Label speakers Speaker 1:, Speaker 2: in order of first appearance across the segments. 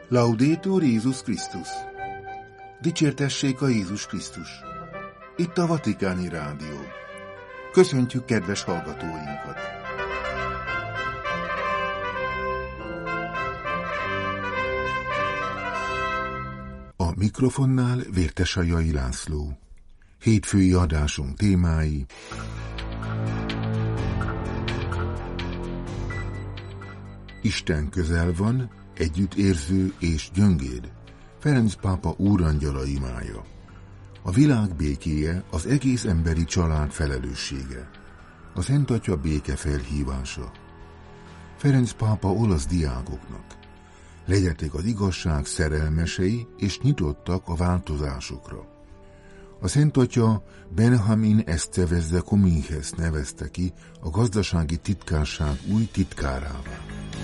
Speaker 1: Laudetur Jézus Krisztus! Dicsértessék a Jézus Krisztus! Itt a Vatikáni Rádió. Köszöntjük kedves hallgatóinkat! A mikrofonnál Vértesajai László. Hétfői adásunk témái: Isten közel van, együttérző és gyöngéd. Ferenc pápa úrangyala imája. A világ békéje az egész emberi család felelőssége. A Szent Atya béke felhívása. Ferenc pápa olasz diákoknak: legyetek az igazság szerelmesei és nyitottak a változásokra. A Szent Atya Benjamin Esteves de Comines nevezte ki a gazdasági titkárság új titkárává.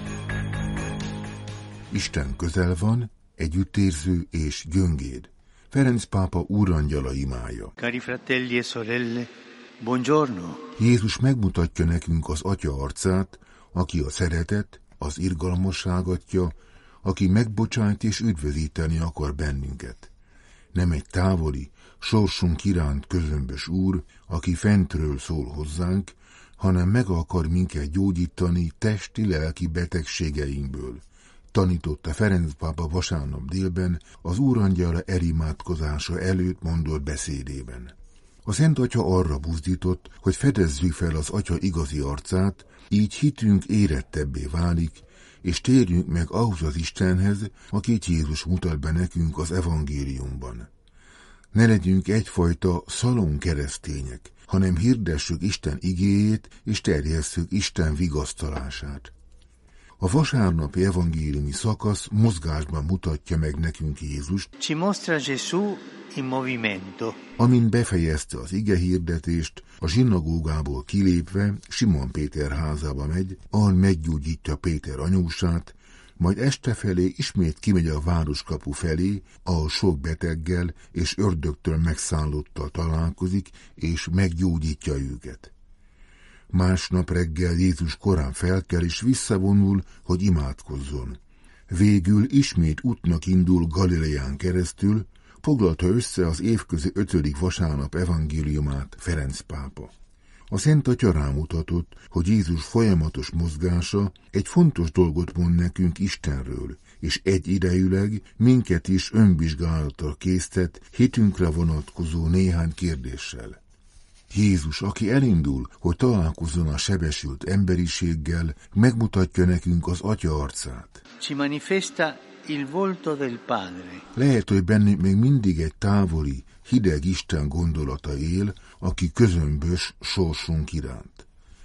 Speaker 1: Isten közel van, együttérző és gyöngéd. Ferenc pápa úrangyala imája.
Speaker 2: Cari fratelli e sorelle, buongiorno.
Speaker 1: Jézus megmutatja nekünk az Atya arcát, aki a szeretet, az irgalmasság Atya, aki megbocsájt és üdvözíteni akar bennünket. Nem egy távoli, sorsunk iránt közömbös úr, aki fentről szól hozzánk, hanem meg akar minket gyógyítani testi-lelki betegségeinkből. Tanította Ferenc pápa vasárnap délben az úrangyala elimádkozása előtt mondott beszédében. A Szent Atya arra buzdított, hogy fedezzük fel az Atya igazi arcát, így hitünk érettebbé válik, és térjünk meg ahhoz az Istenhez, akit Jézus mutat be nekünk az evangéliumban. Ne legyünk egyfajta szalon keresztények, hanem hirdessük Isten igéjét, és terjesszük Isten vigasztalását. A vasárnapi evangéliumi szakasz mozgásban mutatja meg nekünk Jézust,
Speaker 2: Ci mostra Gesù in movimento.
Speaker 1: Amint befejezte az igehirdetést, a zsinagógából kilépve Simon Péter házába megy, ahol meggyógyítja Péter anyósát, majd este felé ismét kimegy a városkapu felé, ahol sok beteggel és ördögtől megszállottal találkozik, és meggyógyítja őket. Másnap reggel Jézus korán felkel és visszavonul, hogy imádkozzon. Végül ismét útnak indul Galileán keresztül, foglalta össze az évközi 5. vasárnap evangéliumát Ferenc pápa. A Szent Atya rámutatott, hogy Jézus folyamatos mozgása egy fontos dolgot mond nekünk Istenről, és egyidejűleg minket is önvizsgálatra késztet hitünkre vonatkozó néhány kérdéssel. Jézus, aki elindul, hogy találkozzon a sebesült emberiséggel, megmutatja nekünk az Atya arcát.
Speaker 2: Ci manifesta il volto del Padre.
Speaker 1: Lehet, hogy bennünk még mindig egy távoli, hideg Isten gondolata él, aki közömbös sorsunk iránt.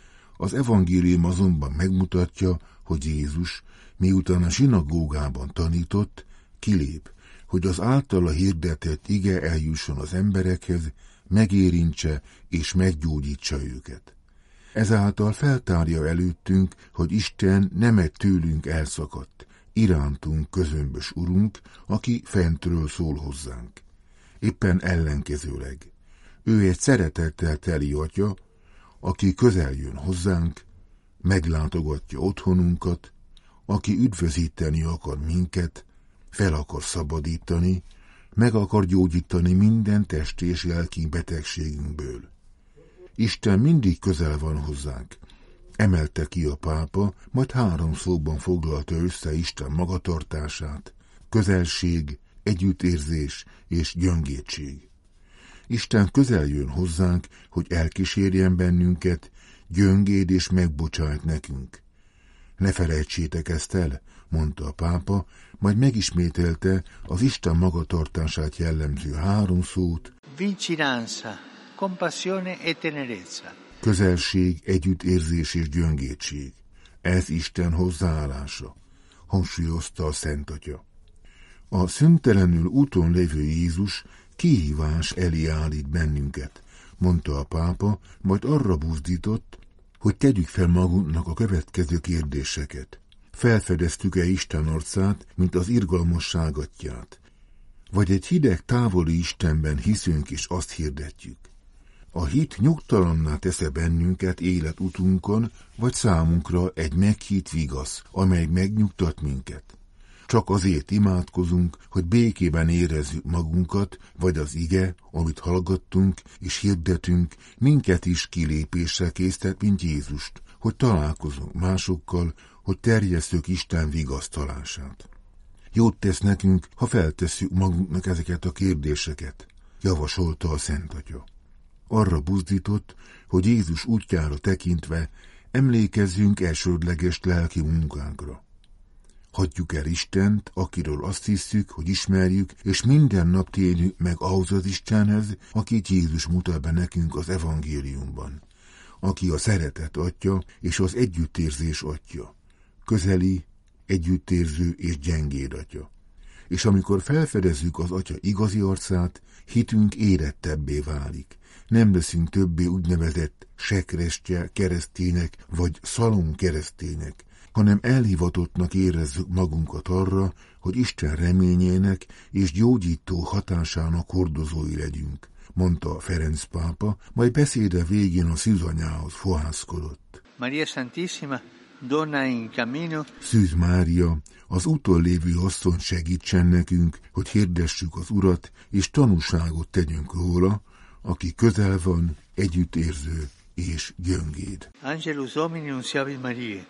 Speaker 1: Az evangélium azonban megmutatja, hogy Jézus, miután a zsinagógában tanított, kilép, hogy az általa hirdetett ige eljusson az emberekhez, megérintse és meggyógyítsa őket. Ezáltal feltárja előttünk, hogy Isten nem egy tőlünk elszakadt, irántunk közömbös Urunk, aki fentről szól hozzánk. Éppen ellenkezőleg. Ő egy szeretettel teli Atya, aki közel jön hozzánk, meglátogatja otthonunkat, aki üdvözíteni akar minket, fel akar szabadítani, meg akar gyógyítani minden testi és lelki betegségünkből. Isten mindig közel van hozzánk, emelte ki a pápa, majd 3 szóban foglalta össze Isten magatartását: közelség, együttérzés és gyöngédség. Isten közel jön hozzánk, hogy elkísérjen bennünket, gyöngéd és megbocsájt nekünk. Ne felejtsétek ezt el, mondta a pápa, majd megismételte az Isten magatartását jellemző 3 szót:
Speaker 2: Vicinanza, compassione e tenerezza.
Speaker 1: Közelség, együttérzés és gyöngédség. Ez Isten hozzáállása, hangsúlyozta a Szent Atya. A szüntelenül úton lévő Jézus kihívás elé állít bennünket, mondta a pápa, majd arra buzdított, hogy tegyük fel magunknak a következő kérdéseket. Felfedeztük-e Isten arcát, mint az irgalmasság Atyát? Vagy egy hideg, távoli Istenben hiszünk és azt hirdetjük? A hit nyugtalanná tesz-e bennünket életutunkon, vagy számunkra egy meghitt vigasz, amely megnyugtat minket? csak azért imádkozunk, hogy békében érezzük magunkat, vagy az ige, amit hallgattunk és hirdetünk, minket is kilépésre késztet, mint Jézust, hogy találkozunk másokkal, hogy terjesszük Isten vigasztalását. Jót tesz nekünk, ha feltesszük magunknak ezeket a kérdéseket, javasolta a Szent Atya. Arra buzdított, hogy Jézus útjára tekintve emlékezzünk elsődleges lelki munkánkra. Hagyjuk el Istent, akiről azt hisszük, hogy ismerjük, és minden nap térjünk meg ahhoz az Istenhez, akit Jézus mutat be nekünk az evangéliumban, aki a szeretet atya és az együttérzés atya, közeli, együttérző és gyengéd atya. És amikor felfedezzük az atya igazi arcát, hitünk érettebbé válik. Nem leszünk többé úgynevezett sekrestye keresztények vagy szalon keresztények, hanem elhivatottnak érezzük magunkat arra, hogy Isten reményének és gyógyító hatásának hordozói legyünk, mondta Ferenc pápa, majd beszéde végén a szűzanyához fohászkodott.
Speaker 2: Maria Santissima, donna in cammino.
Speaker 1: Szűz Mária, az úton lévő asszony segítsen nekünk, hogy hirdessük az Urat, és tanúságot tegyünk róla, aki közel van, együttérző és gyöngéd.
Speaker 2: Angelus Domini nunciavit Mariae.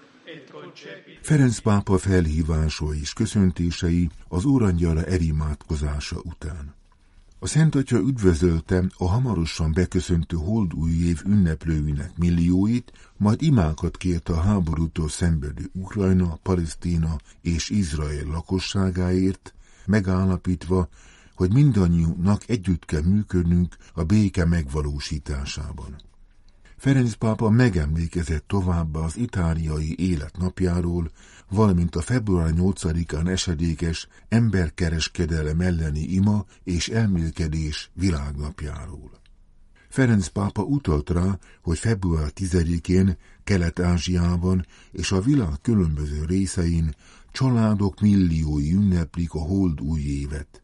Speaker 1: Ferenc pápa felhívása és köszöntései az Úrangyala elimádkozása után. A Szent Atya üdvözölte a hamarosan beköszöntő holdúj év ünneplőinek millióit, majd imákat kért a háborútól szenvedő Ukrajna, Palesztina és Izrael lakosságáért, megállapítva, hogy mindannyiunknak együtt kell működnünk a béke megvalósításában. Ferenc pápa megemlékezett továbbá az itáliai életnapjáról, valamint a február 8-án esedékes emberkereskedelem elleni ima és elmélkedés világnapjáról. Ferenc pápa utalt rá, hogy február 10-én Kelet-Ázsiában és a világ különböző részein családok milliói ünneplik a hold új évet.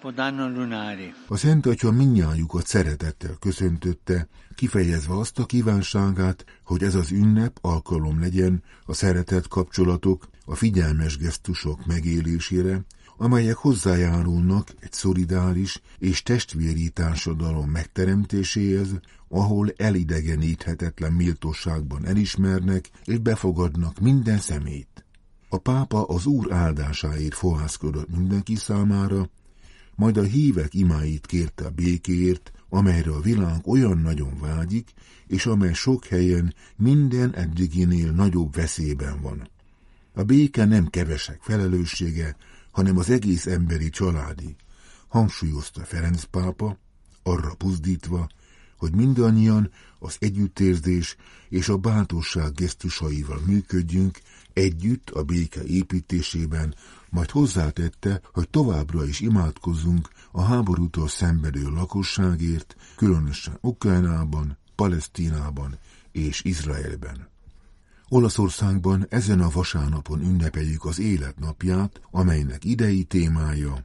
Speaker 1: A Szent Atya mindnyájukat szeretettel köszöntötte, kifejezve azt a kívánságát, hogy ez az ünnep alkalom legyen a szeretett kapcsolatok, a figyelmes gesztusok megélésére, amelyek hozzájárulnak egy szolidáris és testvéri társadalom megteremtéséhez, ahol elidegeníthetetlen méltóságban elismernek és befogadnak minden személyt. A pápa az Úr áldásáért fohászkodott mindenki számára, majd a hívek imáit kérte a békéért, amelyre a világ olyan nagyon vágyik, és amely sok helyen minden eddiginél nagyobb veszélyben van. A béke nem kevesek felelőssége, hanem az egész emberi családi, hangsúlyozta Ferenc pápa, arra buzdítva, hogy mindannyian az együttérzés és a bátorság gesztusaival működjünk együtt a béke építésében, majd hozzátette, hogy továbbra is imádkozzunk a háborútól szenvedő lakosságért, különösen Ukrajnában, Palesztinában és Izraelben. Olaszországban ezen a vasárnapon ünnepeljük az életnapját, amelynek idei témája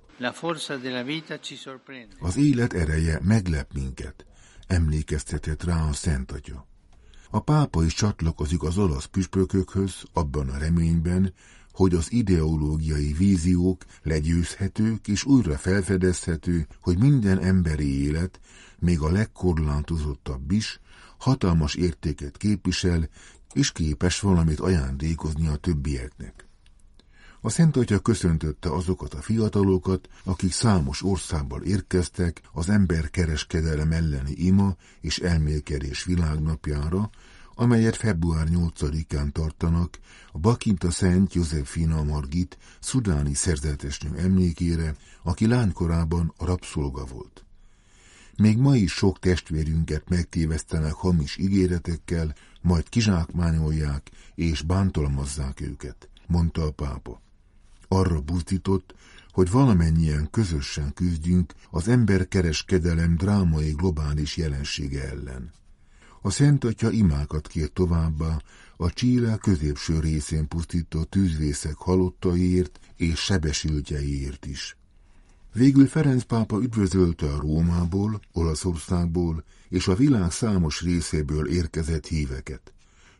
Speaker 1: az élet ereje meglep minket, emlékeztetett rá a Szent Atya. A pápa is csatlakozik az olasz püspökökhöz abban a reményben, hogy az ideológiai víziók legyőzhetők és újra felfedezhető, hogy minden emberi élet, még a legkorlátozottabb is, hatalmas értéket képvisel, és képes valamit ajándékozni a többieknek. A Szent Atya köszöntötte azokat a fiatalokat, akik számos országból érkeztek az emberkereskedelem elleni ima és elmélkedés világnapjára, amelyet február 8-án tartanak a Bakinta Szent Józsefina Margit szudáni szerzetesnő emlékére, aki lánykorában a rabszolga volt. Még ma is sok testvérünket megtévesztenek hamis ígéretekkel, majd kizsákmányolják és bántalmazzák őket, mondta a pápa. Arra buzdított, hogy valamennyien közösen küzdjünk az emberkereskedelem drámai globális jelensége ellen. A Szent Atya imákat kért továbbá a Chile középső részén pusztított tűzvészek halottaiért és sebesültjeiért is. Végül Ferenc pápa üdvözölte a Rómából, Olaszországból és a világ számos részéből érkezett híveket.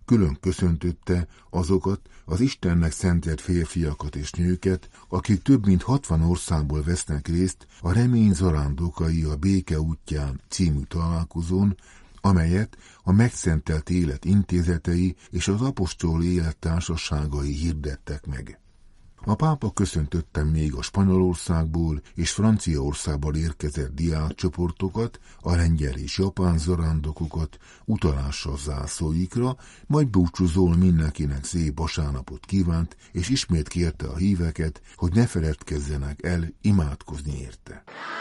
Speaker 1: külön köszöntötte azokat az Istennek szentelt férfiakat és nőket, akik több mint 60 országból vesznek részt a Remény zarándokai a béke útján című találkozón, amelyet a Megszentelt Élet intézetei és az apostoli élet társaságai hirdettek meg. A pápa köszöntötte még a Spanyolországból és Franciaországból érkezett diákcsoportokat, a lengyel és japán zarándokokat utalással zászlóikra, majd búcsúzól mindenkinek szép vasárnapot kívánt, és ismét kérte a híveket, hogy ne feledkezzenek el imádkozni érte.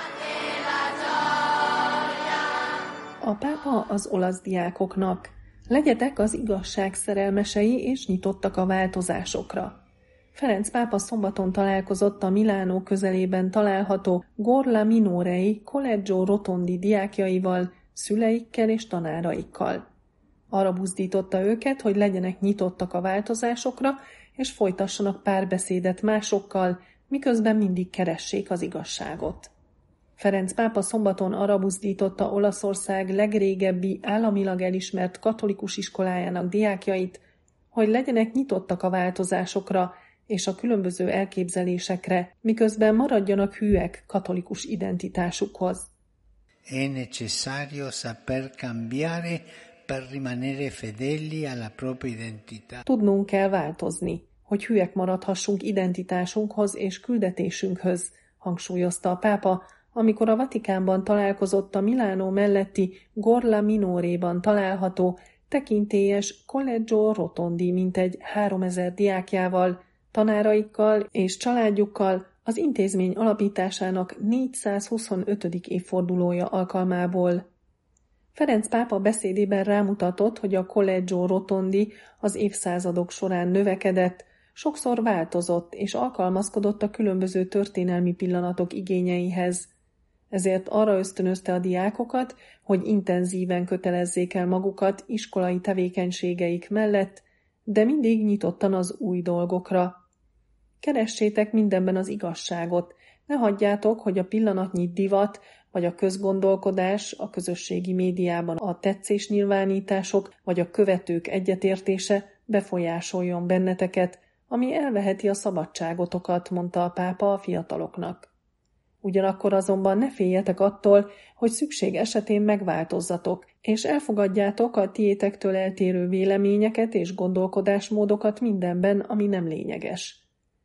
Speaker 3: A pápa az olasz diákoknak: legyetek az igazság szerelmesei és nyitottak a változásokra. Ferenc pápa szombaton találkozott a Milánó közelében található Gorla Minorei Collegio Rotondi diákjaival, szüleikkel és tanáraikkal. Arra buzdította őket, hogy legyenek nyitottak a változásokra, és folytassanak párbeszédet másokkal, miközben mindig keressék az igazságot. Ferenc pápa szombaton arra buzdította Olaszország legrégebbi államilag elismert katolikus iskolájának diákjait, hogy legyenek nyitottak a változásokra és a különböző elképzelésekre, miközben maradjanak hűek katolikus identitásukhoz.
Speaker 2: È necessario saper cambiare per rimanere fedeli alla propria identità.
Speaker 3: Tudnunk kell változni, hogy hűek maradhassunk identitásunkhoz és küldetésünkhöz, hangsúlyozta a pápa, amikor a Vatikánban találkozott a Milánó melletti Gorla Minoréban található tekintélyes Collegio Rotondi mintegy 3000 diákjával, tanáraikkal és családjukkal az intézmény alapításának 425. évfordulója alkalmából. Ferenc pápa beszédében rámutatott, hogy a Collegio Rotondi az évszázadok során növekedett, sokszor változott és alkalmazkodott a különböző történelmi pillanatok igényeihez. Ezért arra ösztönözte a diákokat, hogy intenzíven kötelezzék el magukat iskolai tevékenységeik mellett, de mindig nyitottan az új dolgokra. Keressétek mindenben az igazságot, ne hagyjátok, hogy a pillanatnyi divat vagy a közgondolkodás, a közösségi médiában a tetszésnyilvánítások vagy a követők egyetértése befolyásoljon benneteket, ami elveheti a szabadságotokat, mondta a pápa a fiataloknak. Ugyanakkor azonban ne féljetek attól, hogy szükség esetén megváltozzatok, és elfogadjátok a tiétektől eltérő véleményeket és gondolkodásmódokat mindenben, ami nem lényeges.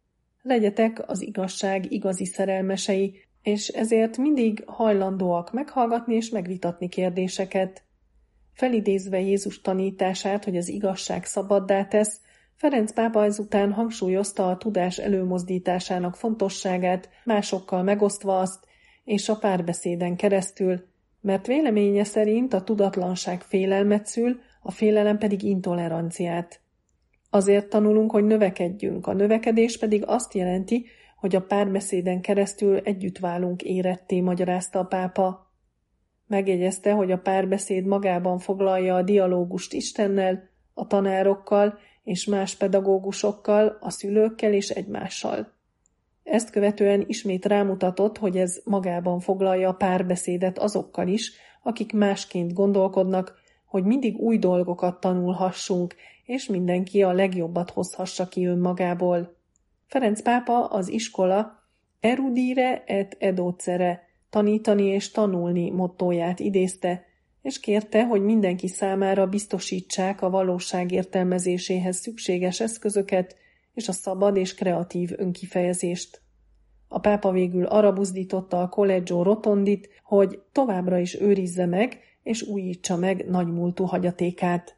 Speaker 3: Legyetek az igazság igazi szerelmesei, és ezért mindig hajlandóak meghallgatni és megvitatni kérdéseket. Felidézve Jézus tanítását, hogy az igazság szabaddá tesz, Ferenc pápa ezután hangsúlyozta a tudás előmozdításának fontosságát, másokkal megosztva azt, és a párbeszéden keresztül, mert véleménye szerint a tudatlanság félelmet szül, a félelem pedig intoleranciát. Azért tanulunk, hogy növekedjünk, a növekedés pedig azt jelenti, hogy a párbeszéden keresztül együtt válunk éretté, magyarázta a pápa. Megjegyezte, hogy a párbeszéd magában foglalja a dialógust Istennel, a tanárokkal és más pedagógusokkal, a szülőkkel és egymással. Ezt követően ismét rámutatott, hogy ez magában foglalja a párbeszédet azokkal is, akik másként gondolkodnak, hogy mindig új dolgokat tanulhassunk, és mindenki a legjobbat hozhassa ki önmagából. Ferenc pápa az iskola erudire et edocere, tanítani és tanulni mottóját idézte, és kérte, hogy mindenki számára biztosítsák a valóság értelmezéséhez szükséges eszközöket és a szabad és kreatív önkifejezést. A pápa végül arra buzdította a Collegio Rotondit, hogy továbbra is őrizze meg és újítsa meg nagymúltú hagyatékát.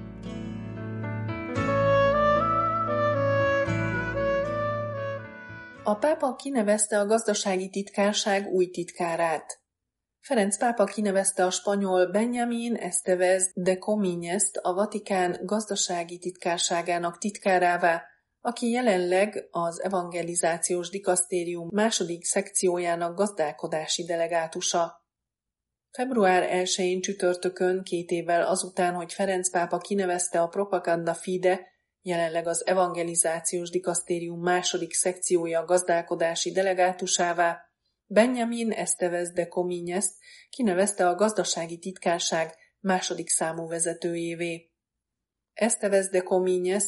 Speaker 3: A pápa kinevezte a gazdasági titkárság új titkárát. Ferenc pápa kinevezte a spanyol Benjamín Estevez de Comíñest a Vatikán gazdasági titkárságának titkárává, aki jelenleg az evangelizációs dikasztérium második szekciójának gazdálkodási delegátusa. Február 1-én csütörtökön, 2 évvel azután, hogy Ferenc pápa kinevezte a Propaganda Fide, jelenleg az evangelizációs dikasztérium második szekciója gazdálkodási delegátusává, Benjamín Estevez de Comíñest kinevezte a gazdasági titkárság második számú vezetőjévé. Esteves de Comines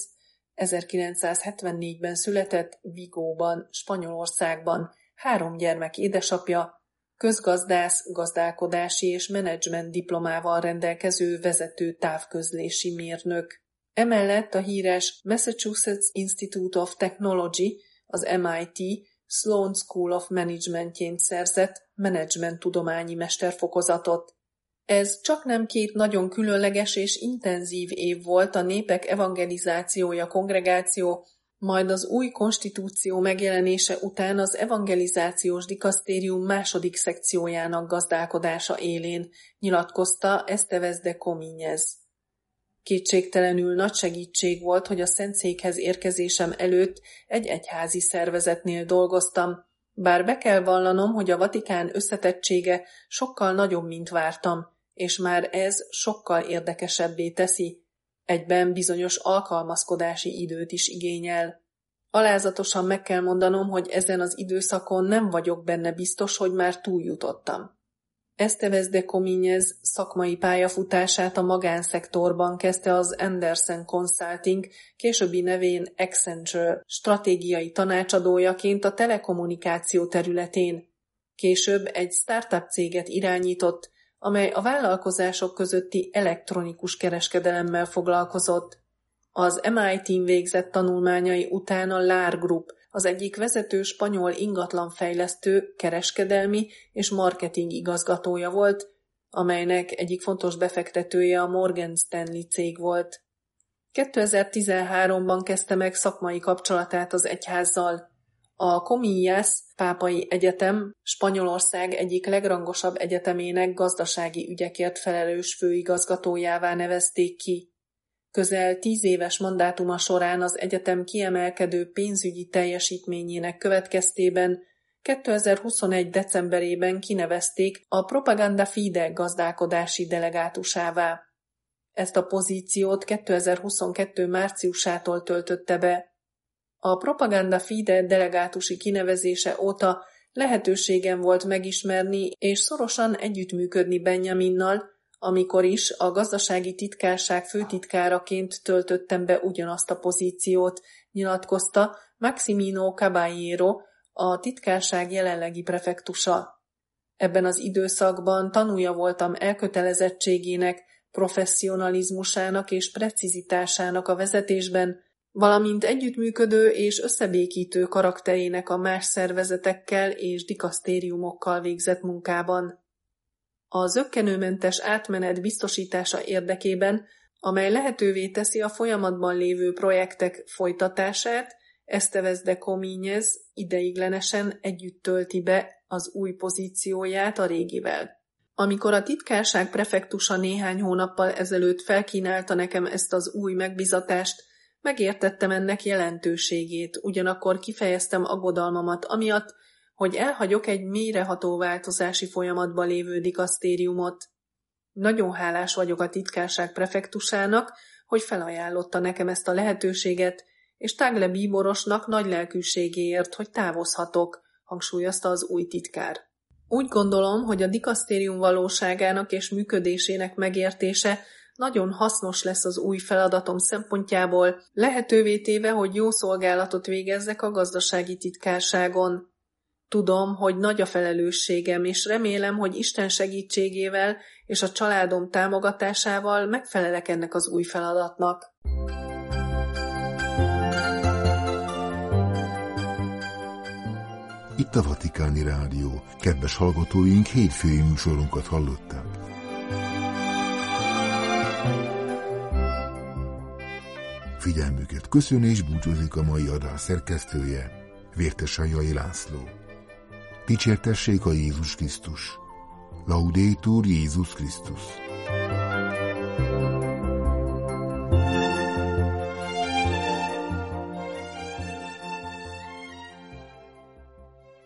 Speaker 3: 1974-ben született Vigóban, Spanyolországban, 3 gyermek édesapja, közgazdász, gazdálkodási és menedzsment diplomával rendelkező vezető távközlési mérnök. Emellett a híres Massachusetts Institute of Technology, az MIT, Sloan School of Managementjén szerzett menedzsmenttudományi mesterfokozatot. Ez csaknem 2 nagyon különleges és intenzív év volt a népek evangelizációja kongregáció, majd az új konstitúció megjelenése után az evangelizációs dikasztérium második szekciójának gazdálkodása élén, nyilatkozta Esteves de Comines. Kétségtelenül nagy segítség volt, hogy a Szentszékhez érkezésem előtt egy egyházi szervezetnél dolgoztam, bár be kell vallanom, hogy a Vatikán összetettsége sokkal nagyobb, mint vártam, és már ez sokkal érdekesebbé teszi, egyben bizonyos alkalmazkodási időt is igényel. Alázatosan meg kell mondanom, hogy ezen az időszakon nem vagyok benne biztos, hogy már túljutottam. Esteves de Comines szakmai pályafutását a magánszektorban kezdte az Andersen Consulting, későbbi nevén Accenture stratégiai tanácsadójaként a telekommunikáció területén. Később egy startup céget irányított, amely a vállalkozások közötti elektronikus kereskedelemmel foglalkozott. Az MIT-n végzett tanulmányai után a LAR Group, az egyik vezető spanyol ingatlanfejlesztő, kereskedelmi és marketing igazgatója volt, amelynek egyik fontos befektetője a Morgan Stanley cég volt. 2013-ban kezdte meg szakmai kapcsolatát az egyházzal. A Comillas Pápai Egyetem Spanyolország egyik legrangosabb egyetemének gazdasági ügyekért felelős főigazgatójává nevezték ki. Közel 10 éves mandátuma során az egyetem kiemelkedő pénzügyi teljesítményének következtében 2021. decemberében kinevezték a Propaganda Fide gazdálkodási delegátusává. Ezt a pozíciót 2022. márciusától töltötte be. A Propaganda Fide delegátusi kinevezése óta lehetőségem volt megismerni és szorosan együttműködni Benjaminnal, amikor is a gazdasági titkárság főtitkáraként töltöttem be ugyanazt a pozíciót, nyilatkozta Maximino Caballero, a titkárság jelenlegi prefektusa. Ebben az időszakban tanúja voltam elkötelezettségének, professzionalizmusának és precizitásának a vezetésben, valamint együttműködő és összebékítő karakterének a más szervezetekkel és dikasztériumokkal végzett munkában. A zökkenőmentes átmenet biztosítása érdekében, amely lehetővé teszi a folyamatban lévő projektek folytatását, Esteves de Comines ideiglenesen együtt tölti be az új pozícióját a régivel. Amikor a titkárság prefektusa néhány hónappal ezelőtt felkínálta nekem ezt az új megbizatást, megértettem ennek jelentőségét, ugyanakkor kifejeztem aggodalmamat amiatt, hogy elhagyok egy mélyreható változási folyamatban lévő dikasztériumot. Nagyon hálás vagyok a titkárság prefektusának, hogy felajánlotta nekem ezt a lehetőséget, és Tagle bíborosnak nagy lelkűségéért, hogy távozhatok, hangsúlyozta az új titkár. Úgy gondolom, hogy a dikasztérium valóságának és működésének megértése nagyon hasznos lesz az új feladatom szempontjából, lehetővé téve, hogy jó szolgálatot végezzek a gazdasági titkárságon. Tudom, hogy nagy a felelősségem, és remélem, hogy Isten segítségével és a családom támogatásával megfelelek ennek az új feladatnak.
Speaker 1: Itt a Vatikáni Rádió. Kedves hallgatóink, hétfői műsorunkat hallották. Figyelmüket köszön és búcsúzik a mai adás szerkesztője, Vértesajai László. Dicsértessék a Jézus Krisztus! Laudetur Jézus Krisztus!